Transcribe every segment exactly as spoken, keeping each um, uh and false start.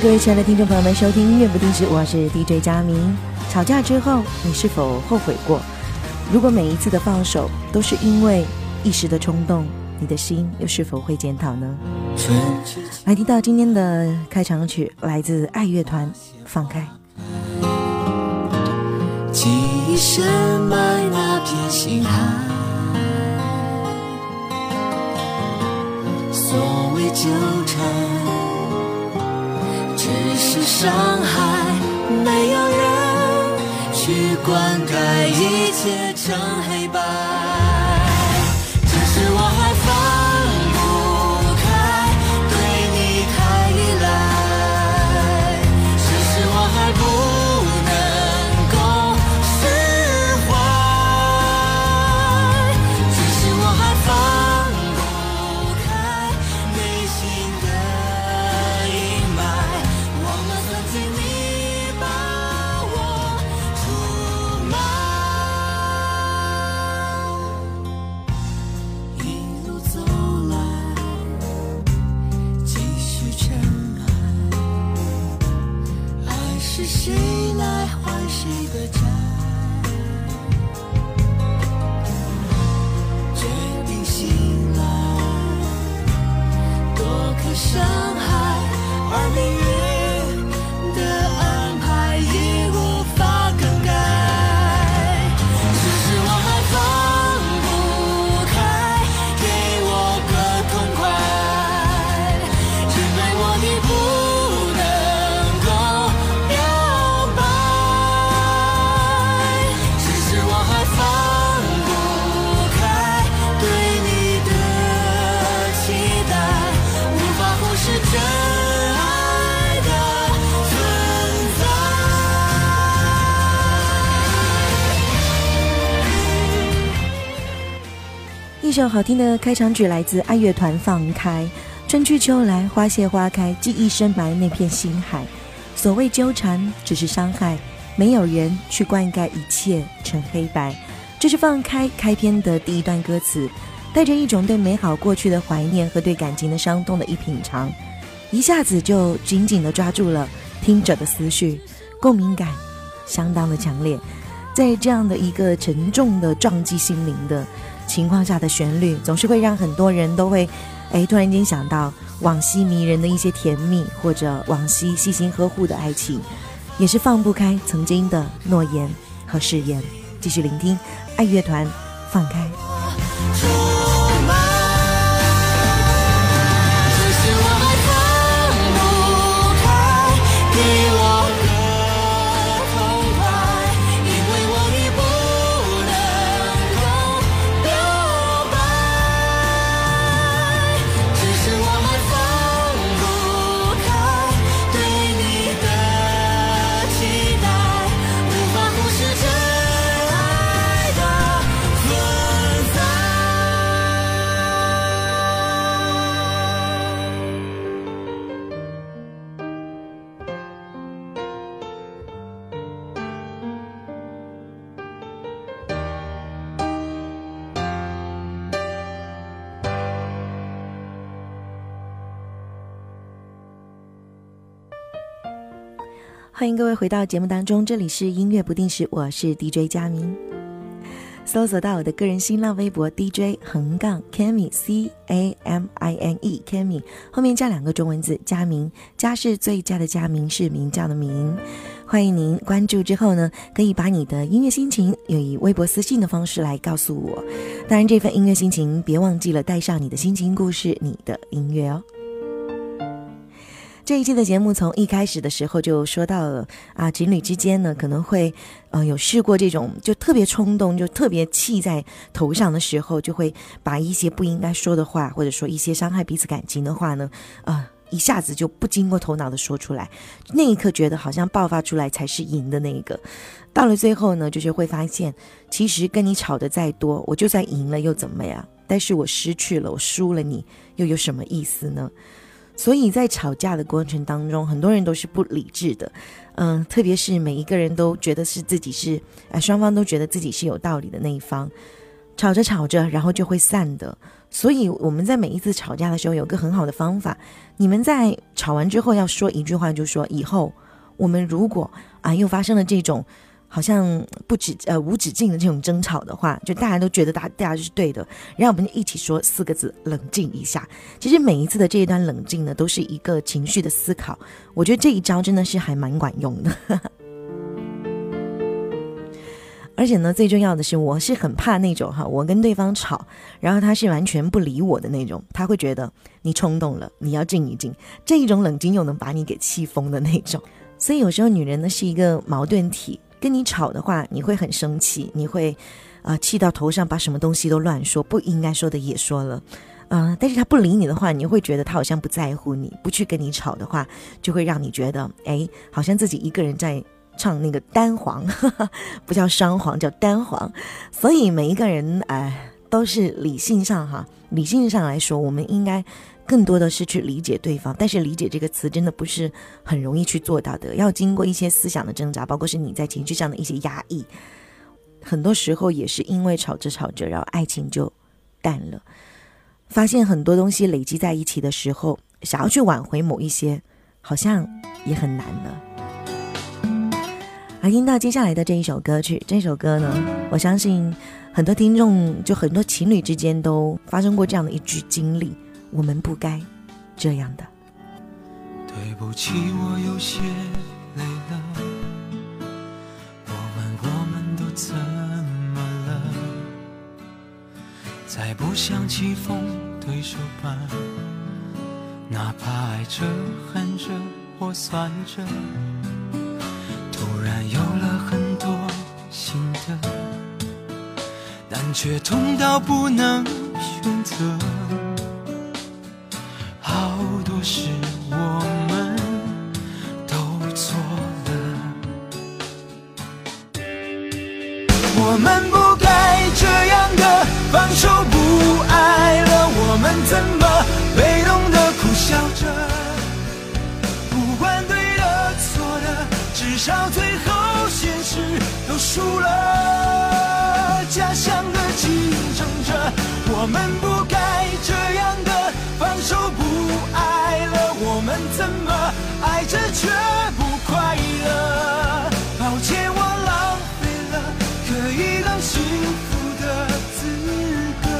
各位亲爱的听众朋友们，收听音乐不定时，我是 D J 佳明。吵架之后，你是否后悔过？如果每一次的放手都是因为一时的冲动，你的心又是否会检讨呢？来听到今天的开场曲，来自爱乐团《放开》。 记忆深埋那片心海，所谓纠缠只是伤害，没有人去灌溉一切成黑白，只是我还放不开，对你太依赖，只是我还不能够释怀，只是我还放不开内心的阴霾，忘了曾经你把我出卖，一路走来继续尘埃，爱是谁来还谁的债，决定醒来多可伤害，而命运的安排已无法更改，只是我还放不开，给我个痛快，只对我你不能够表白，只是我还放不开对你的期待，无法忽视真爱的存在。 一首好听的开场曲来自爱乐团《放开》。春去秋来，花谢花开，记忆深埋那片心海，所谓纠缠只是伤害，没有人去灌溉一切成黑白。这是《放开》开篇的第一段歌词，带着一种对美好过去的怀念和对感情的伤痛的一品尝，一下子就紧紧地抓住了听者的思绪，共鸣感相当的强烈。在这样的一个沉重的撞击心灵的情况下的旋律，总是会让很多人都会哎，突然间想到往昔迷人的一些甜蜜，或者往昔细心呵护的爱情，也是放不开曾经的诺言和誓言。继续聆听爱乐团《放开》。欢迎各位回到节目当中，这里是音乐不定时，我是 D J 佳明。搜索到我的个人新浪微博 D J 横杠 Cammy C A M I N E Cammy 后面加两个中文字佳明，佳是最佳的佳，明是名叫的名。欢迎您关注之后呢，可以把你的音乐心情以微博私信的方式来告诉我。当然这份音乐心情别忘记了带上你的心情故事，你的音乐哦。这一期的节目从一开始的时候就说到了啊，情侣之间呢可能会呃有试过这种就特别冲动，就特别气在头上的时候，就会把一些不应该说的话，或者说一些伤害彼此感情的话呢呃一下子就不经过头脑的说出来，那一刻觉得好像爆发出来才是赢的那一个，到了最后呢就是会发现其实跟你吵得再多，我就算赢了又怎么样，但是我失去了，我输了你又有什么意思呢？所以在吵架的过程当中，很多人都是不理智的，嗯，特别是每一个人都觉得是自己是，呃，双方都觉得自己是有道理的那一方，吵着吵着，然后就会散的。 所以我们在每一次吵架的时候有个很好的方法，你们在吵完之后要说一句话，就说以后我们如果啊又发生了这种好像不止呃无止境的这种争吵的话，就大家都觉得大大家是对的，然后我们就一起说四个字，冷静一下。其实每一次的这一段冷静呢，都是一个情绪的思考，我觉得这一招真的是还蛮管用的而且呢，最重要的是我是很怕那种哈，我跟对方吵，然后他是完全不理我的那种，他会觉得你冲动了，你要静一静，这一种冷静又能把你给气疯的那种。所以有时候女人呢是一个矛盾体，跟你吵的话你会很生气，你会呃气到头上，把什么东西都乱说，不应该说的也说了，呃，但是他不理你的话，你会觉得他好像不在乎你，不去跟你吵的话，就会让你觉得哎，好像自己一个人在唱那个单簧，呵呵，不叫双簧，叫单簧。所以每一个人哎都是理性上哈，理性上来说，我们应该更多的是去理解对方，但是理解这个词真的不是很容易去做到的，要经过一些思想的挣扎，包括是你在情绪上的一些压抑，很多时候也是因为吵着吵着，然后爱情就淡了，发现很多东西累积在一起的时候，想要去挽回某一些好像也很难了。而听到接下来的这一首歌曲，这首歌呢，我相信很多听众，就很多情侣之间都发生过这样的一句经历，我们不该这样的。 对不起，我有些累了，我们我们都怎么了？再不想棋逢对手吧，哪怕爱着恨着或算着，突然有了很多心得，但却痛到不能选择。好多事我们都错了，我们不该这样的放手不爱了，我们怎么被动的苦笑着？不管对的错的，至少最后现实都输了。假想的竞争着，我们不该这样的放手不爱了，我们怎么爱着却不快乐？抱歉，我浪费了可以更幸福的资格。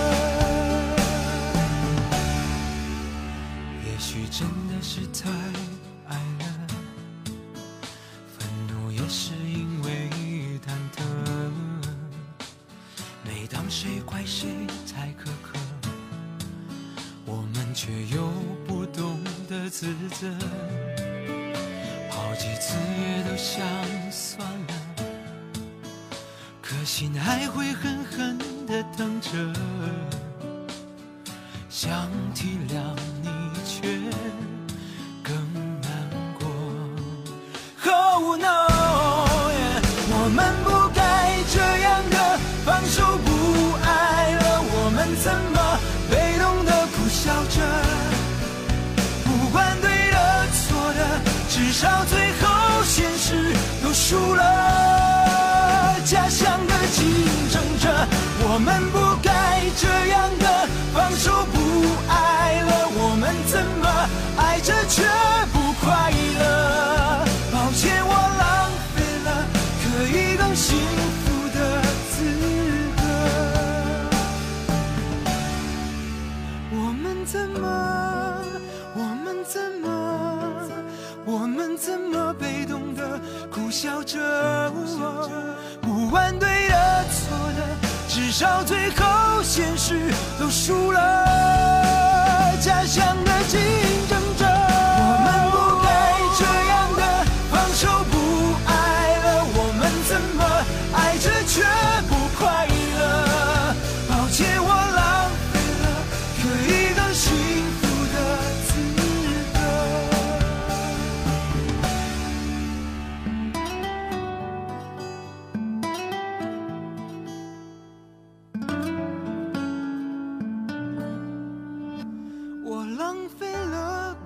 也许真的是太爱了，愤怒也是因为忐忑，每当谁怪谁太苛刻，我们却又不懂得自责，好几次也都想算了，可心还会狠狠地疼着，想体谅你却更难过。 Oh no， 我们不该这样的放手不爱了，我们怎么被动的苦笑着？不管对的错的，至少最后现实都输了。假想的竞争着，我们不该这样的放手不爱了，我们怎么爱着却不快乐？抱歉，我浪费了可以更幸福的资格。我们怎么，我们怎么，我们怎么被动的苦笑着？不管对的错的，至少最后现实都输了。假想的竞争着，我们不该这样的放手不爱了，我们怎么爱着却不快乐？抱歉，我浪费了可以更幸福的资格。我浪费了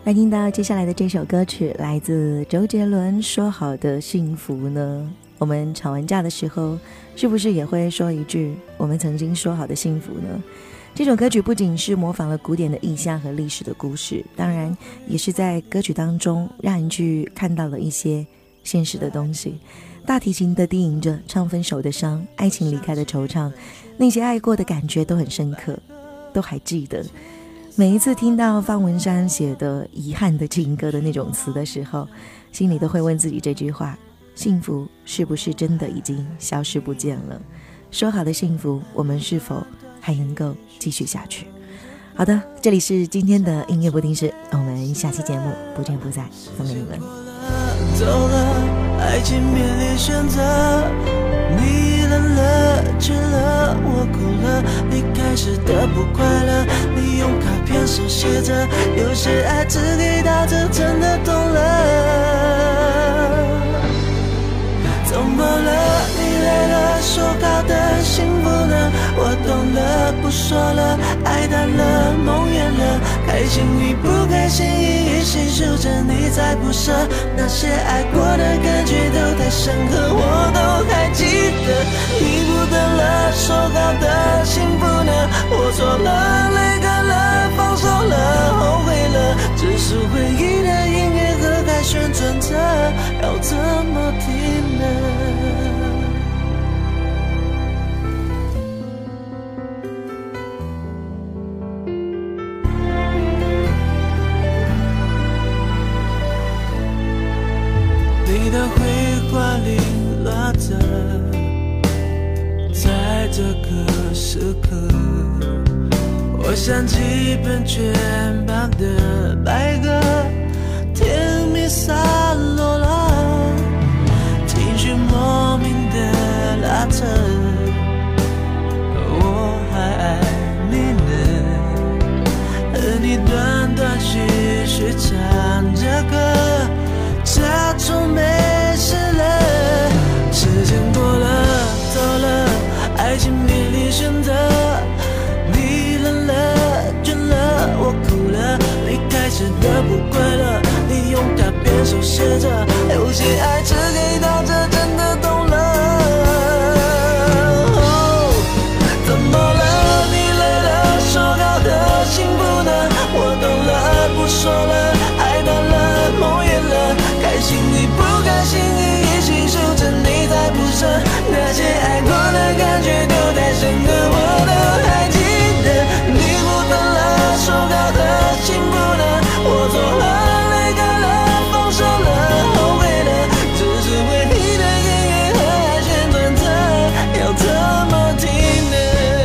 来听到接下来的这首歌曲，来自周杰伦，说好的幸福呢？我们吵完架的时候，是不是也会说一句我们曾经说好的幸福呢？这首歌曲不仅是模仿了古典的意象和历史的故事，当然也是在歌曲当中让人去看到了一些现实的东西。大提琴的低吟着，唱分手的伤，爱情离开的惆怅，那些爱过的感觉都很深刻，都还记得。每一次听到方文山写的遗憾的情歌的那种词的时候，心里都会问自己这句话：幸福是不是真的已经消失不见了？说好的幸福，我们是否还能够继续下去？好的，这里是今天的音乐不定时，我们下期节目不见不散，送给你们。 走了，爱情面临选择，你冷了，倦了，我哭了，离开时的不快乐，你用卡片手写着，有些爱只给到这，真的懂了。怎么了？你累了，说好的幸福呢？我懂了，不说了，爱淡了，梦远了，开心与不开心一一细数着，你在不舍，那些爱过的感觉都太深刻，我都还记得。你不等了，说好的幸福呢？我错了，泪干了，放手了，后悔了，只是回忆的音乐和海旋转着，要怎么停呢？你的绘画里落着，在这个时刻，我想起喷泉旁的白鸽，甜蜜洒落了，情绪莫名的拉扯，我还爱你呢，和你断断续续唱着歌，假装没事了，时间过了，走了，爱情面临选择，你冷了，倦了，我哭了，离开时的不快乐，你用卡片手写着，有些爱只给到这，真的懂了。哦，怎么了？你累了，说好的幸福呢？我懂了，不说了，爱淡了，梦远了，开心与不开心一起数着，你在不舍，那些爱过的感觉都太深刻，我都还记得。你不等了，说好的幸福呢？我错了，泪干了，放手了，后悔了，只是回忆的音乐和海旋转着，要怎么停呢？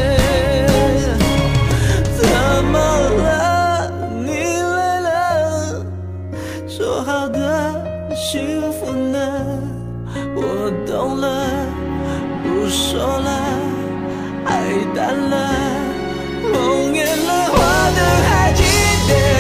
怎么了？你累了，说好的幸福呢？我懂了，不说了，爱淡了，梦远了，我都还记得。